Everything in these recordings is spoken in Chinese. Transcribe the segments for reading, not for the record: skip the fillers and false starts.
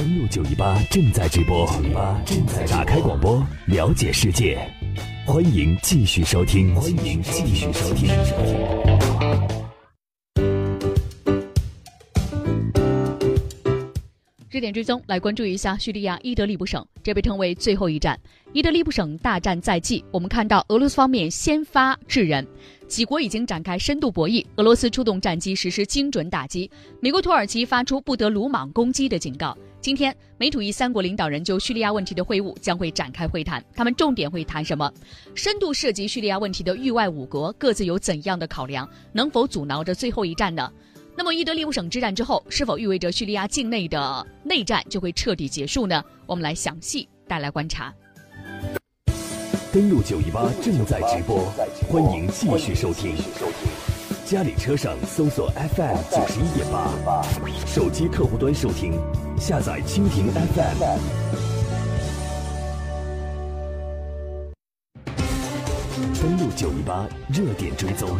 登录918正在直播，打开广播，了解世界。欢迎继续收听。 热点追踪，来关注一下叙利亚伊德利卜省，这被称为最后一战。伊德利卜省大战在即，我们看到俄罗斯方面先发制人，几国已经展开深度博弈，俄罗斯出动战机实施精准打击，美国、土耳其发出不得鲁莽攻击的警告。今天，美土伊三国领导人就叙利亚问题的会晤将会展开会谈，他们重点会谈什么？深度涉及叙利亚问题的域外五国各自有怎样的考量？能否阻挠着最后一战呢？那么伊德利卜省之战之后，是否意味着叙利亚境内的内战就会彻底结束呢？我们来详细带来观察。 登录918正在直播，欢迎继续收听。家里车上搜索 FM 91.8，手机客户端收听，下载蜻蜓 FM。登录918热点追踪。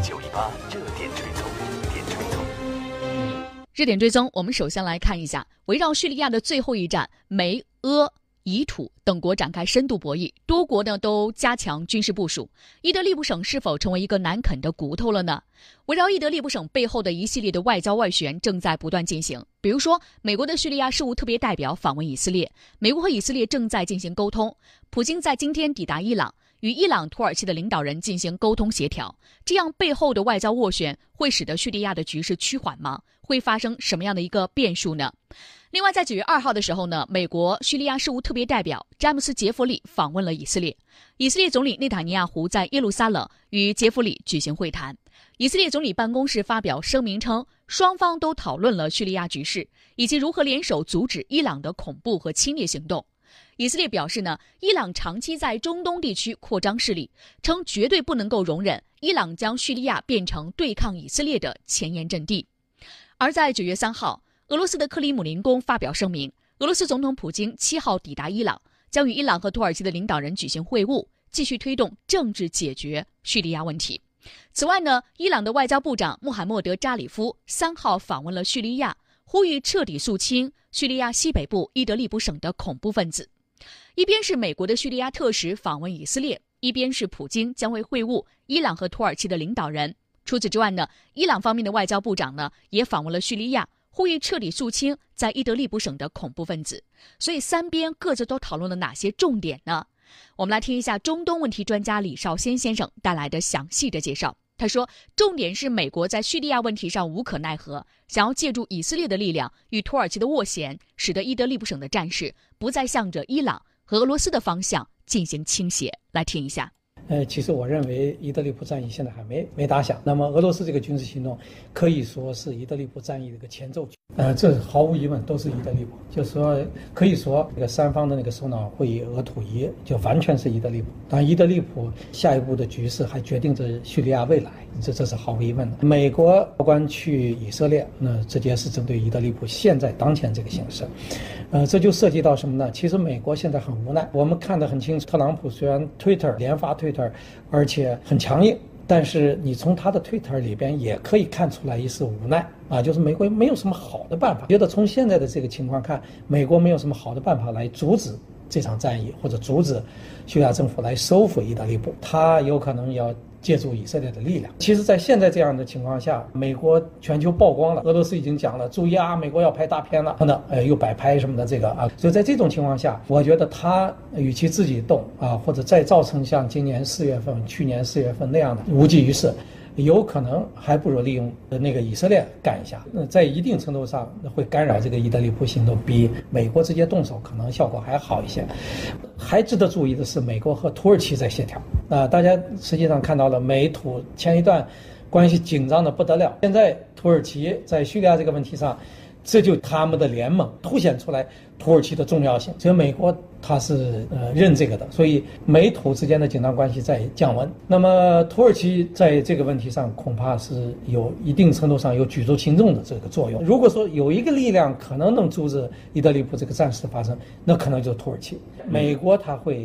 热点追踪，我们首先来看一下，围绕叙利亚的最后一战，美、俄、以土等国展开深度博弈，多国呢都加强军事部署。伊德利卜省是否成为一个难啃的骨头了呢？围绕伊德利卜省背后的一系列的外交外旋正在不断进行。比如说，美国的叙利亚事务特别代表访问以色列，美国和以色列正在进行沟通。普京在今天抵达伊朗，与伊朗、土耳其的领导人进行沟通协调。这样背后的外交斡旋会使得叙利亚的局势趋缓吗？会发生什么样的一个变数呢？另外，在9月2号的时候呢，美国叙利亚事务特别代表詹姆斯·杰弗里访问了以色列。以色列总理内塔尼亚胡在耶路撒冷与杰弗里举行会谈。以色列总理办公室发表声明称，双方都讨论了叙利亚局势以及如何联手阻止伊朗的恐怖和侵略行动。以色列表示呢，伊朗长期在中东地区扩张势力，称绝对不能够容忍伊朗将叙利亚变成对抗以色列的前沿阵地。而在9月3号，俄罗斯的克里姆林宫发表声明，俄罗斯总统普京7号抵达伊朗，将与伊朗和土耳其的领导人举行会晤，继续推动政治解决叙利亚问题。此外呢，伊朗的外交部长穆罕默德·扎里夫3号访问了叙利亚，呼吁彻底肃清叙利亚西北部伊德利卜省的恐怖分子。一边是美国的叙利亚特使访问以色列，一边是普京将会会晤伊朗和土耳其的领导人。除此之外呢，伊朗方面的外交部长呢也访问了叙利亚，呼吁彻底肃清在伊德利卜省的恐怖分子。所以三边各自都讨论了哪些重点呢？我们来听一下中东问题专家李少先先生带来的详细的介绍。他说，重点是美国在叙利亚问题上无可奈何，想要借助以色列的力量与土耳其的斡旋，使得伊德利卜省的战事不再向着伊朗和俄罗斯的方向进行倾斜。来听一下。 其实我认为伊德利卜战役现在还没打响。那么俄罗斯这个军事行动可以说是伊德利卜战役的一个前奏曲。这毫无疑问都是伊德利卜，就是说可以说这个三方的那个首脑会议俄土伊就完全是伊德利卜。当然，伊德利卜下一步的局势还决定着叙利亚未来，这是毫无疑问的。美国高官去以色列，那直接是针对伊德利卜现在当前这个形势。这就涉及到什么呢？其实美国现在很无奈，我们看得很清楚，特朗普虽然连发推特，而且很强硬，但是你从他的推特里边也可以看出来一丝无奈啊，就是美国没有什么好的办法。觉得从现在的这个情况看，美国没有什么好的办法来阻止这场战役，或者阻止叙利亚政府来收复伊德利卜，他有可能要借助以色列的力量。其实在现在这样的情况下，美国全球曝光了，俄罗斯已经讲了，注意啊，美国要拍大片了，又摆拍什么的这个啊。所以在这种情况下，我觉得他与其自己动啊，或者再造成像今年4月份、去年4月份那样的无济于事，有可能还不如利用那个以色列干一下，在一定程度上会干扰这个伊德利卜行动，比美国直接动手可能效果还好一些。还值得注意的是，美国和土耳其在协调大家实际上看到了美土前一段关系紧张的不得了，现在土耳其在叙利亚这个问题上，这就他们的联盟凸显出来土耳其的重要性。所以美国他是认这个的，所以美土之间的紧张关系在降温。那么土耳其在这个问题上恐怕是有一定程度上有举足轻重的这个作用。如果说有一个力量可能能阻止伊德利卜这个战事的发生，那可能就是土耳其。美国他会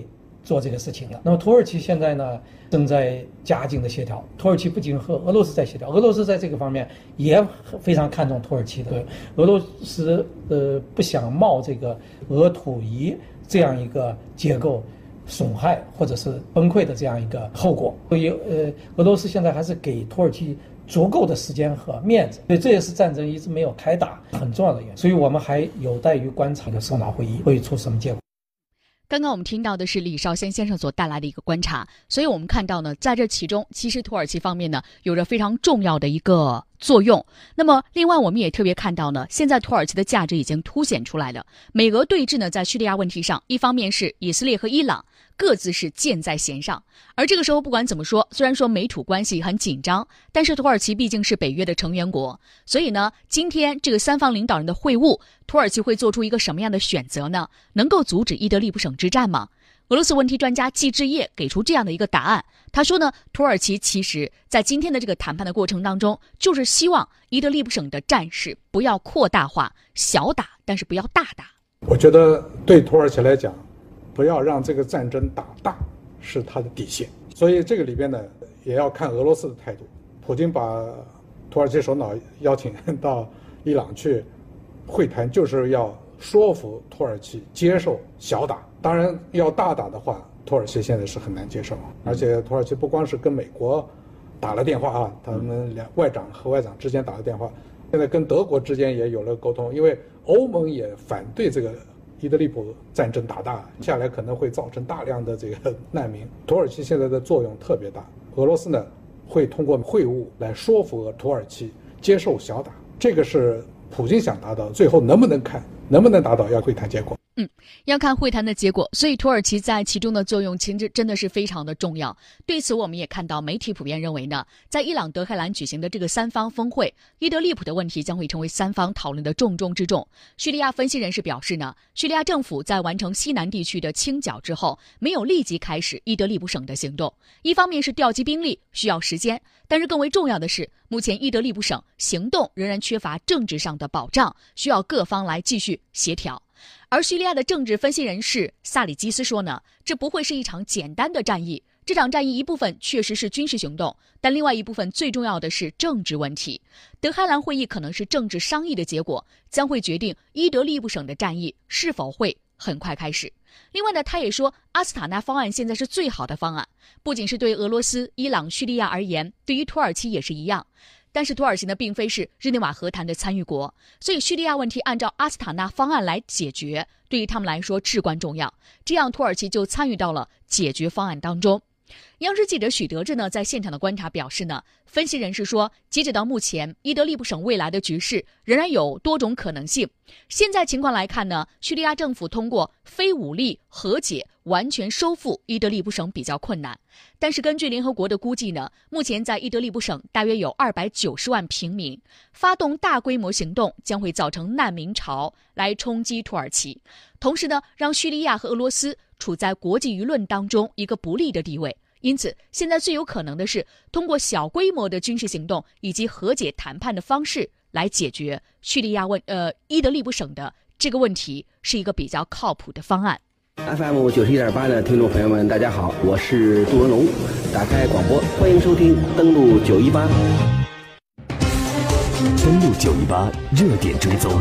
做这个事情了。那么土耳其现在呢正在加紧的协调，土耳其不仅和俄罗斯在协调，俄罗斯在这个方面也非常看重土耳其的。俄罗斯不想冒这个俄土伊这样一个结构损害或者是崩溃的这样一个后果，所以俄罗斯现在还是给土耳其足够的时间和面子，所以这也是战争一直没有开打很重要的原因。所以我们还有待于观察的首脑会议会出什么结果。 刚刚我们听到的是李绍先生所带来的一个观察，所以我们看到呢，在这其中其实土耳其方面呢有着非常重要的一个作用。那么另外我们也特别看到呢，现在土耳其的价值已经凸显出来了。美俄对峙呢，在叙利亚问题上，一方面是以色列和伊朗各自是箭在弦上，而这个时候不管怎么说，虽然说美土关系很紧张，但是土耳其毕竟是北约的成员国，所以呢，今天这个三方领导人的会晤，土耳其会做出一个什么样的选择呢？能够阻止伊德利卜省之战吗？俄罗斯问题专家季志业给出这样的一个答案，他说呢，土耳其其实在今天的这个谈判的过程当中，就是希望伊德利卜省的战事不要扩大化，小打，但是不要大打。 我觉得对土耳其来讲，不要让这个战争打大是他的底线，所以这个里边呢，也要看俄罗斯的态度。普京把土耳其首脑邀请到伊朗去会谈，就是要说服土耳其接受小打。当然要大打的话，土耳其现在是很难接受，而且土耳其不光是跟美国打了电话啊，他们外长和外长之间打了电话，现在跟德国之间也有了沟通，因为欧盟也反对这个伊德利卜战争打大，接下来可能会造成大量的这个难民。土耳其现在的作用特别大，俄罗斯呢会通过会晤来说服土耳其接受小打，这个是普京想达到，最后能不能达到要会谈结果。 要看会谈的结果，所以土耳其在其中的作用其实真的是非常的重要。对此我们也看到媒体普遍认为呢，在伊朗德黑兰举行的这个三方峰会，伊德利卜的问题将会成为三方讨论的重中之重。叙利亚分析人士表示呢，叙利亚政府在完成西南地区的清剿之后，没有立即开始伊德利卜省的行动，一方面是调集兵力需要时间，但是更为重要的是，目前伊德利卜省行动仍然缺乏政治上的保障，需要各方来继续协调。而叙利亚的政治分析人士萨里基斯说呢，这不会是一场简单的战役，这场战役一部分确实是军事行动，但另外一部分最重要的是政治问题。德黑兰会议可能是政治商议的结果，将会决定伊德利卜省的战役是否会很快开始。另外呢，他也说阿斯塔纳方案现在是最好的方案，不仅是对俄罗斯、伊朗、叙利亚而言，对于土耳其也是一样。但是土耳其呢，并非是日内瓦和谈的参与国，所以叙利亚问题按照阿斯塔纳方案来解决，对于他们来说至关重要。这样土耳其就参与到了解决方案当中。央视记者许德志呢在现场的观察表示呢，分析人士说，截止到目前，伊德利卜省未来的局势仍然有多种可能性。现在情况来看呢，叙利亚政府通过非武力和解完全收复伊德利卜省比较困难。但是根据联合国的估计呢，目前在伊德利卜省大约有290万平民，发动大规模行动将会造成难民潮来冲击土耳其，同时呢，让叙利亚和俄罗斯处在国际舆论当中一个不利的地位。因此现在最有可能的是通过小规模的军事行动以及和解谈判的方式来解决叙利亚伊德利卜省的这个问题，是一个比较靠谱的方案。 FM 91.8的听众朋友们，大家好，我是杜文龙。打开广播，欢迎收听登录918。 登录918热点追踪。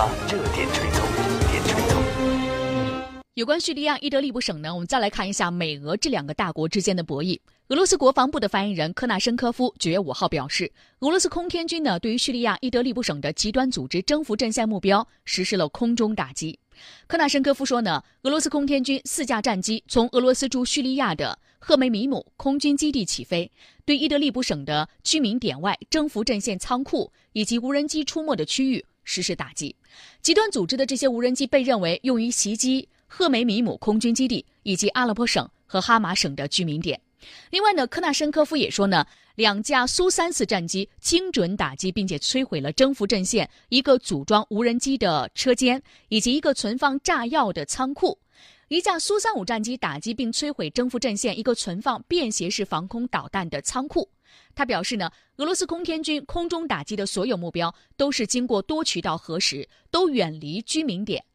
有关叙利亚伊德利卜省呢，我们再来看一下美俄这两个大国之间的博弈。俄罗斯国防部的发言人科纳申科夫9月5号表示，俄罗斯空天军呢对于叙利亚伊德利卜省的极端组织征服阵线目标实施了空中打击。科纳申科夫说呢，俄罗斯空天军4架战机从俄罗斯驻叙利亚的赫梅米姆空军基地起飞，对伊德利卜省的居民点外征服阵线仓库以及无人机出没的区域实施打击。极端组织的这些无人机被认为用于袭击赫梅米姆空军基地以及阿勒颇省和哈马省的居民点。另外呢，科纳申科夫也说呢，2架苏34战机精准打击并且摧毁了征服阵线一个组装无人机的车间以及一个存放炸药的仓库。1架苏35战机打击并摧毁征服阵线一个存放便携式防空导弹的仓库。他表示呢，俄罗斯空天军空中打击的所有目标都是经过多渠道核实，都远离居民点。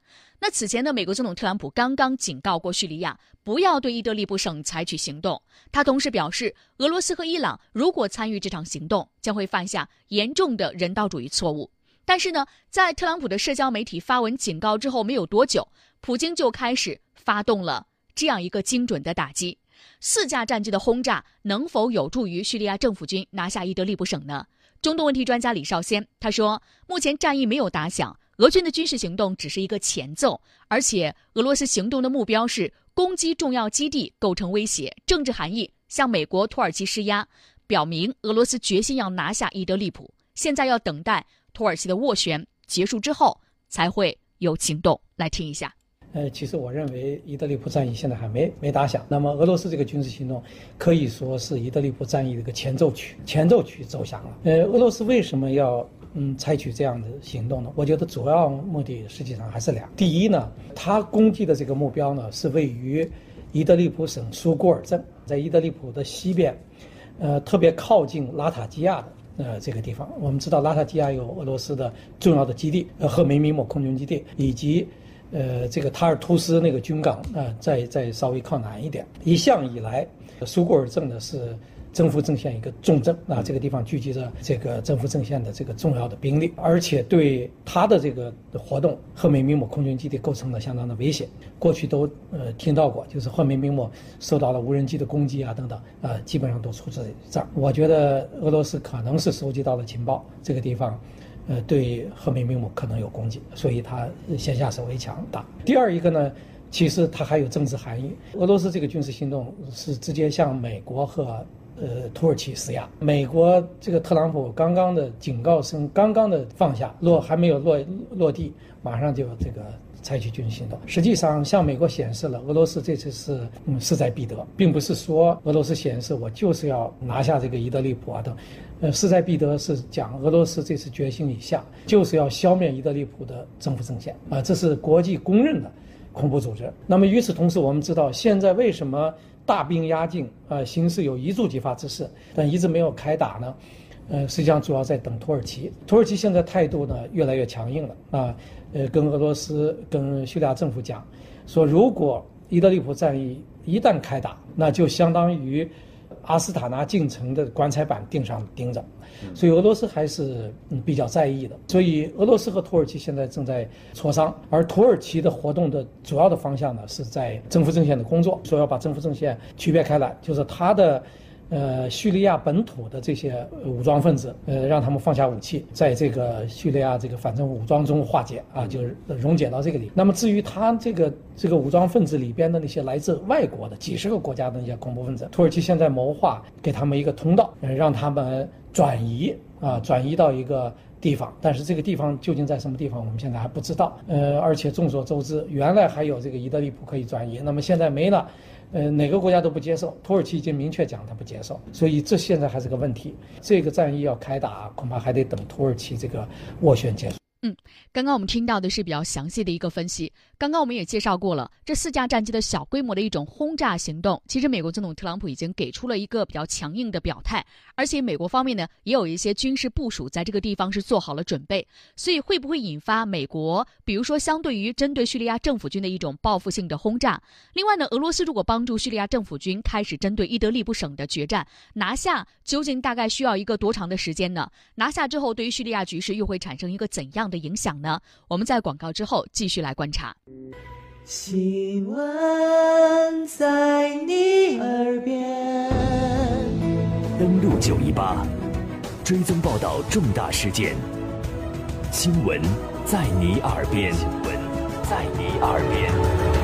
那此前呢，美国总统特朗普刚刚警告过叙利亚不要对伊德利卜省采取行动。他同时表示，俄罗斯和伊朗如果参与这场行动，将会犯下严重的人道主义错误。但是呢，在特朗普的社交媒体发文警告之后没有多久，普京就开始发动了这样一个精准的打击。4架战机的轰炸能否有助于叙利亚政府军拿下伊德利卜省呢？中东问题专家李少先他说，目前战役没有打响，俄军的军事行动只是一个前奏，而且俄罗斯行动的目标是攻击重要基地，构成威胁，政治含义向美国、土耳其施压，表明俄罗斯决心要拿下伊德利卜。现在要等待土耳其的斡旋结束之后才会有行动。来听一下。 其实我认为伊德利卜战役现在还没打响。那么俄罗斯这个军事行动可以说是伊德利卜战役的一个前奏曲奏响了。俄罗斯为什么要采取这样的行动呢？我觉得主要目的实际上还是俩。第一呢，他攻击的这个目标呢是位于伊德利卜省苏古尔镇，在伊德利卜的西边，特别靠近拉塔基亚的这个地方。我们知道拉塔基亚有俄罗斯的重要的基地，赫梅米姆空军基地，以及这个塔尔图斯那个军港再稍微靠南一点。一向以来，苏古尔镇呢是征服阵线一个重镇这个地方聚集着这个征服阵线的这个重要的兵力，而且对他的这个活动，赫梅米姆空军基地构成了相当的威胁。过去都听到过，就是赫梅米姆受到了无人机的攻击等等基本上都出自这儿。我觉得俄罗斯可能是收集到了情报，这个地方对赫梅米姆可能有攻击，所以他先下手为强打。第二一个呢，其实它还有政治含义。俄罗斯这个军事行动是直接向美国和土耳其施压。美国这个特朗普刚刚的警告声刚刚的放下，还没有落地，马上就这个采取军事行动。实际上向美国显示了俄罗斯这次是势在必得，并不是说俄罗斯显示我就是要拿下这个伊德利卜等。势在必得是讲俄罗斯这次决心已下，就是要消灭伊德利卜的征服阵线这是国际公认的恐怖组织。那么与此同时，我们知道现在为什么大兵压境形势有一触即发之势，但一直没有开打呢？实际上主要在等土耳其。土耳其现在态度呢越来越强硬了跟俄罗斯跟叙利亚政府讲说，如果伊德利卜战役一旦开打，那就相当于阿斯塔纳进程的棺材板钉着，所以俄罗斯还是比较在意的。所以俄罗斯和土耳其现在正在磋商，而土耳其的活动的主要的方向呢是在征服阵线的工作，说要把征服阵线区别开来，就是他的叙利亚本土的这些武装分子让他们放下武器，在这个叙利亚这个反政府武装中化解就是溶解到这个里。那么至于他这个武装分子里边的那些来自外国的几十个国家的那些恐怖分子，土耳其现在谋划给他们一个通道，让他们转移到一个地方，但是这个地方究竟在什么地方我们现在还不知道。而且众所周知，原来还有这个伊德利卜可以转移，那么现在没了。哪个国家都不接受，土耳其已经明确讲他不接受，所以这现在还是个问题。这个战役要开打，恐怕还得等土耳其这个斡旋结束。 刚刚我们听到的是比较详细的一个分析。刚刚我们也介绍过了，这4架战机的小规模的一种轰炸行动，其实美国总统特朗普已经给出了一个比较强硬的表态，而且美国方面呢也有一些军事部署在这个地方是做好了准备。所以会不会引发美国比如说相对于针对叙利亚政府军的一种报复性的轰炸？另外呢，俄罗斯如果帮助叙利亚政府军开始针对伊德利卜省的决战拿下，究竟大概需要一个多长的时间呢？拿下之后对于叙利亚局势又会产生一个怎样的影响呢？我们在广告之后继续来观察。 新闻在你耳边， 登录918，追踪报道重大事件。新闻在你耳边，新闻在你耳边。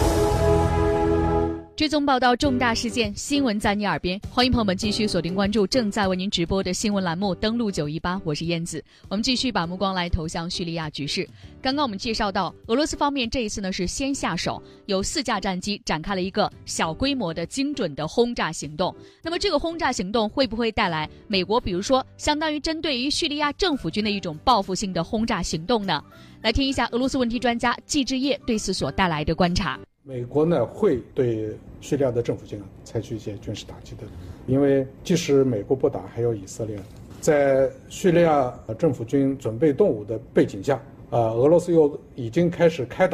追踪报道重大事件，新闻在你耳边。欢迎朋友们继续锁定关注正在为您直播的新闻栏目，登录918，我是燕子。我们继续把目光来投向叙利亚局势。刚刚我们介绍到，俄罗斯方面这一次呢是先下手，有4架战机展开了一个小规模的精准的轰炸行动。那么这个轰炸行动会不会带来美国比如说相当于针对于叙利亚政府军的一种报复性的轰炸行动呢？来听一下俄罗斯问题专家季志业对此所带来的观察。 美国呢会对叙利亚的政府军采取一些军事打击的，因为即使美国不打，还有以色列。在叙利亚政府军准备动武的背景下，俄罗斯又已经开始开打了。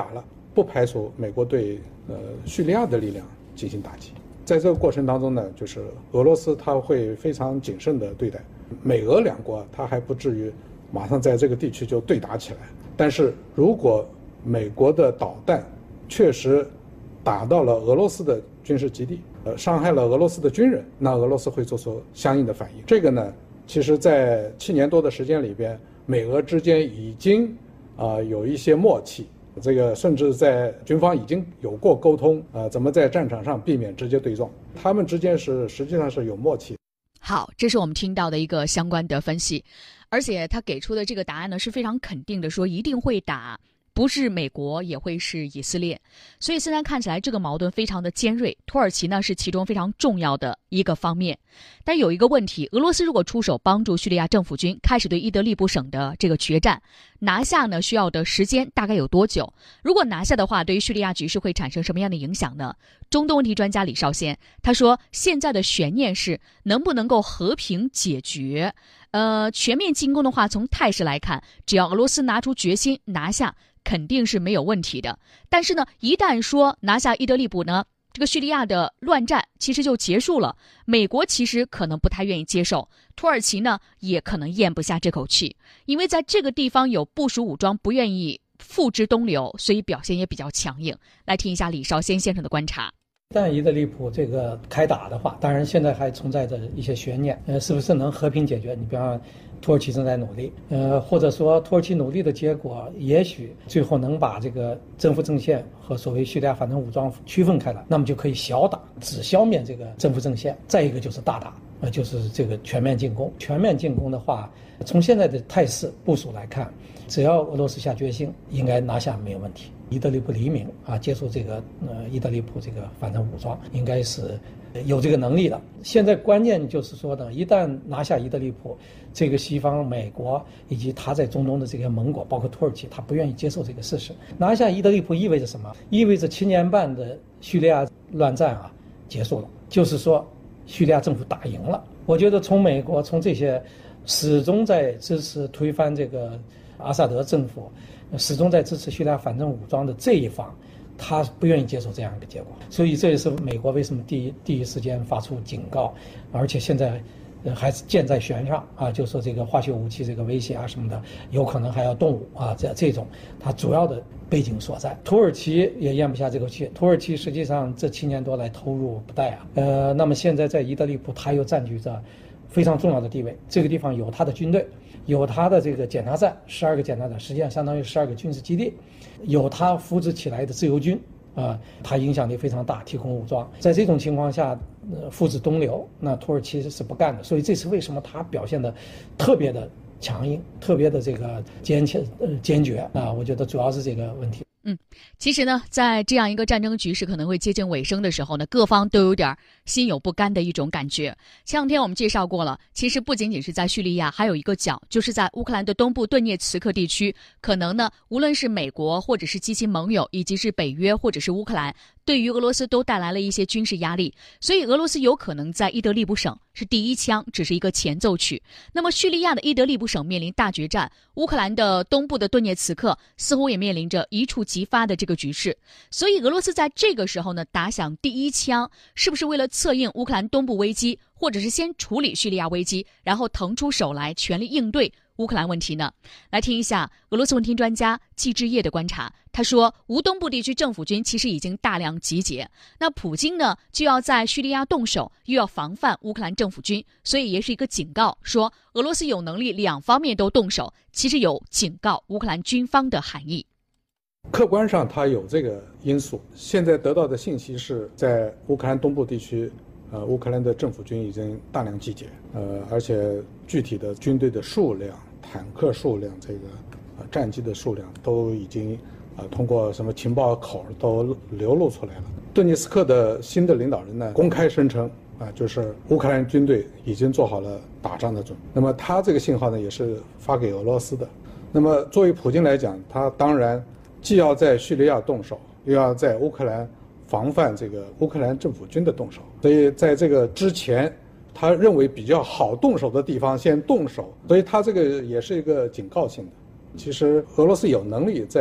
不排除美国对叙利亚的力量进行打击。在这个过程当中呢，就是俄罗斯它会非常谨慎地对待，美俄两国它还不至于马上在这个地区就对打起来。但是如果美国的导弹确实打到了俄罗斯的军事基地，伤害了俄罗斯的军人，那俄罗斯会做出相应的反应。这个呢，其实在7年多的时间里边，美俄之间已经有一些默契，这个甚至在军方已经有过沟通，怎么在战场上避免直接对撞，他们之间实际上是有默契。 好，这是我们听到的一个相关的分析，而且他给出的这个答案呢是非常肯定的，说一定会打。不是美国也会是以色列，所以现在看起来这个矛盾非常的尖锐。土耳其呢是其中非常重要的一个方面，但有一个问题，俄罗斯如果出手帮助叙利亚政府军开始对伊德利卜省的这个决战拿下呢，需要的时间大概有多久？如果拿下的话，对于叙利亚局势会产生什么样的影响呢？中东问题专家李绍先他说，现在的悬念是能不能够和平解决。全面进攻的话，从态势来看，只要俄罗斯拿出决心拿下，肯定是没有问题的。但是呢，一旦说拿下伊德利卜呢，这个叙利亚的乱战其实就结束了。美国其实可能不太愿意接受，土耳其呢也可能咽不下这口气，因为在这个地方有部署武装，不愿意付之东流，所以表现也比较强硬。来听一下李绍先先生的观察。 但伊德利卜这个开打的话，当然现在还存在着一些悬念，是不是能和平解决？你比方土耳其正在努力，或者说土耳其努力的结果，也许最后能把这个政府阵线和所谓叙利亚反政武装区分开来，那么就可以小打，只消灭这个政府阵线。再一个就是大打，就是这个全面进攻。全面进攻的话，从现在的态势部署来看，只要俄罗斯下决心，应该拿下没有问题。伊德利卜黎明接束这个伊德利卜这个反政武装，应该是有这个能力的。现在关键就是说呢，一旦拿下伊德利卜，这个西方、美国以及他在中东的这些盟国，包括土耳其，他不愿意接受这个事实。拿下伊德利卜意味着什么？意味着7年半的叙利亚乱战结束了，就是说叙利亚政府打赢了。我觉得从美国，从这些始终在支持推翻这个阿萨德政府，始终在支持叙利亚反政武装的这一方，他不愿意接受这样一个结果，所以这也是美国为什么第一时间发出警告，而且现在还是箭在弦上就说这个化学武器这个威胁什么的，有可能还要动武这种它主要的背景所在。土耳其也咽不下这口气，土耳其实际上这7年多来投入不贷那么现在在伊德利卜，它又占据着非常重要的地位，这个地方有它的军队，有它的这个检查站，12个检查站，实际上相当于12个军事基地，有它扶植起来的自由军它影响力非常大，提供武装。在这种情况下，付之东流，那土耳其是不干的。所以这次为什么它表现的特别的强硬，特别的这个坚决我觉得主要是这个问题。 其实呢，在这样一个战争局势可能会接近尾声的时候呢，各方都有点心有不甘的一种感觉。前两天我们介绍过了，其实不仅仅是在叙利亚，还有一个角，就是在乌克兰的东部顿涅茨克地区，可能呢，无论是美国或者是基辛盟友，以及是北约或者是乌克兰，对于俄罗斯都带来了一些军事压力，所以俄罗斯有可能在伊德利卜省是第一枪，只是一个前奏曲。那么叙利亚的伊德利卜省面临大决战，乌克兰的东部的顿涅茨克似乎也面临着一触即发的这个局势，所以俄罗斯在这个时候呢，打响第一枪，是不是为了策应乌克兰东部危机，或者是先处理叙利亚危机，然后腾出手来全力应对乌克兰问题呢？来听一下俄罗斯问题专家季志业的观察。他说，乌东部地区政府军其实已经大量集结，那普京呢就要在叙利亚动手，又要防范乌克兰政府军，所以也是一个警告，说俄罗斯有能力两方面都动手，其实有警告乌克兰军方的含义。 客观上它有这个因素，现在得到的信息是在乌克兰东部地区乌克兰的政府军已经大量集结，而且具体的军队的数量、坦克数量、这个战机的数量都已经通过什么情报口都流露出来了。顿涅茨克的新的领导人呢，公开声称就是乌克兰军队已经做好了打仗的准备。那么他这个信号呢，也是发给俄罗斯的。那么作为普京来讲，他当然既要在叙利亚动手，又要在乌克兰防范这个乌克兰政府军的动手，所以在这个之前，他认为比较好动手的地方先动手，所以他这个也是一个警告性的。其实俄罗斯有能力在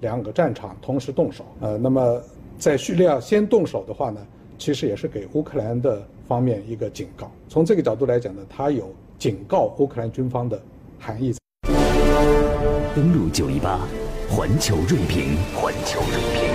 2个战场同时动手。那么在叙利亚先动手的话呢，其实也是给乌克兰的方面一个警告。从这个角度来讲呢，它有警告乌克兰军方的含义。 登录918，环球锐评，环球锐评。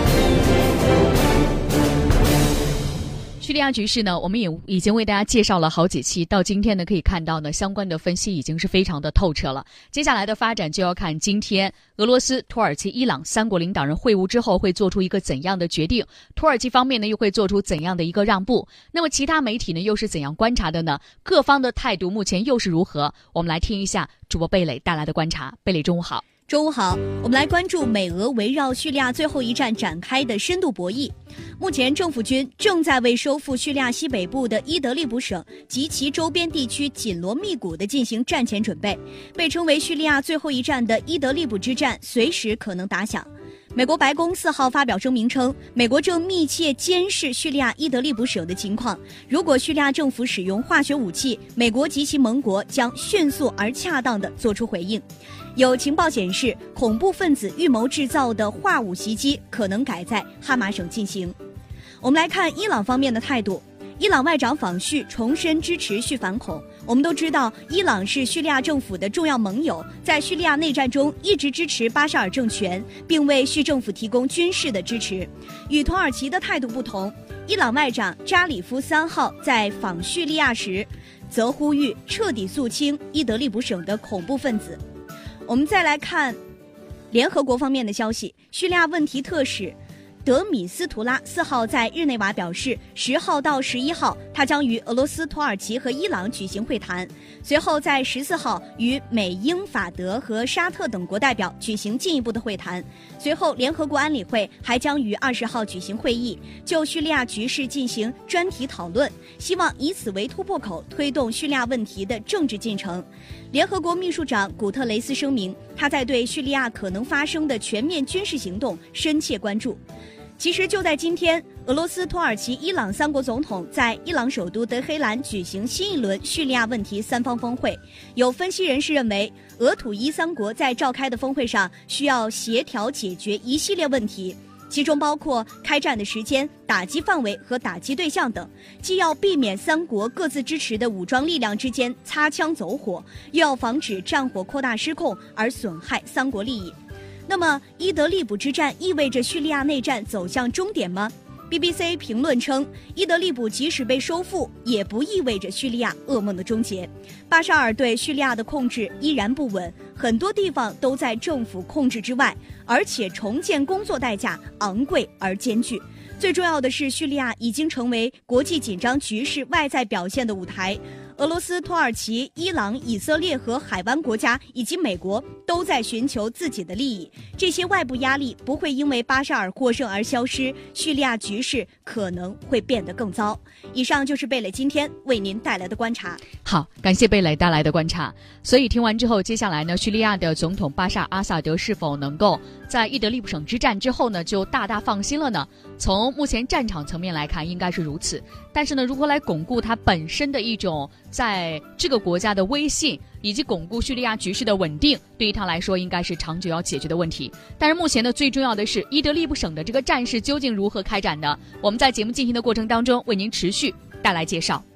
叙利亚局势呢，我们也已经为大家介绍了好几期，到今天呢，可以看到呢，相关的分析已经是非常的透彻了。接下来的发展就要看今天俄罗斯、土耳其、伊朗3国领导人会晤之后会做出一个怎样的决定，土耳其方面呢又会做出怎样的一个让步。那么其他媒体呢又是怎样观察的呢？各方的态度目前又是如何？我们来听一下主播贝磊带来的观察。贝磊，中午好。 中午好，我们来关注美俄围绕叙利亚最后一战展开的深度博弈。目前政府军正在为收复叙利亚西北部的伊德利卜省及其周边地区紧锣密鼓地进行战前准备。被称为叙利亚最后一战的伊德利卜之战随时可能打响。美国白宫4号发表声明称，美国正密切监视叙利亚伊德利卜省的情况。如果叙利亚政府使用化学武器，美国及其盟国将迅速而恰当地作出回应。有情报显示，恐怖分子预谋制造的化武袭击可能改在哈马省进行。我们来看伊朗方面的态度。伊朗外长访叙重申支持叙反恐。我们都知道，伊朗是叙利亚政府的重要盟友，在叙利亚内战中一直支持巴沙尔政权，并为叙政府提供军事的支持。与土耳其的态度不同，伊朗外长扎里夫3号在访叙利亚时，则呼吁彻底肃清伊德利卜省的恐怖分子。我们再来看联合国方面的消息，叙利亚问题特使德米斯图拉4号在日内瓦表示，10号到11号他将与俄罗斯、土耳其和伊朗举行会谈，随后在14号与美、英、法、德和沙特等国代表举行进一步的会谈。随后联合国安理会还将于20号举行会议，就叙利亚局势进行专题讨论，希望以此为突破口，推动叙利亚问题的政治进程。联合国秘书长古特雷斯声明，他在对叙利亚可能发生的全面军事行动深切关注。其实就在今天，俄罗斯、土耳其、伊朗3国总统在伊朗首都德黑兰举行新一轮叙利亚问题3方峰会。有分析人士认为，俄土伊3国在召开的峰会上需要协调解决一系列问题，其中包括开战的时间、打击范围和打击对象等，既要避免3国各自支持的武装力量之间擦枪走火，又要防止战火扩大失控而损害3国利益。那么伊德利卜之战意味着叙利亚内战走向终点吗？ BBC 评论称，伊德利卜即使被收复，也不意味着叙利亚噩梦的终结。巴沙尔对叙利亚的控制依然不稳，很多地方都在政府控制之外，而且重建工作代价昂贵而艰巨。最重要的是，叙利亚已经成为国际紧张局势外在表现的舞台。俄罗斯、土耳其、伊朗、以色列和海湾国家以及美国都在寻求自己的利益，这些外部压力不会因为巴沙尔获胜而消失，叙利亚局势可能会变得更糟。以上就是贝磊今天为您带来的观察。 好，感谢贝磊带来的观察。所以听完之后，接下来呢，叙利亚的总统巴沙尔·阿萨德是否能够在伊德利卜省之战之后呢，就大大放心了呢？从目前战场层面来看，应该是如此。但是呢，如何来巩固它本身的一种在这个国家的威信，以及巩固叙利亚局势的稳定，对于他来说应该是长久要解决的问题。但是目前呢，最重要的是伊德利卜省的这个战事究竟如何开展呢？我们在节目进行的过程当中，为您持续带来介绍。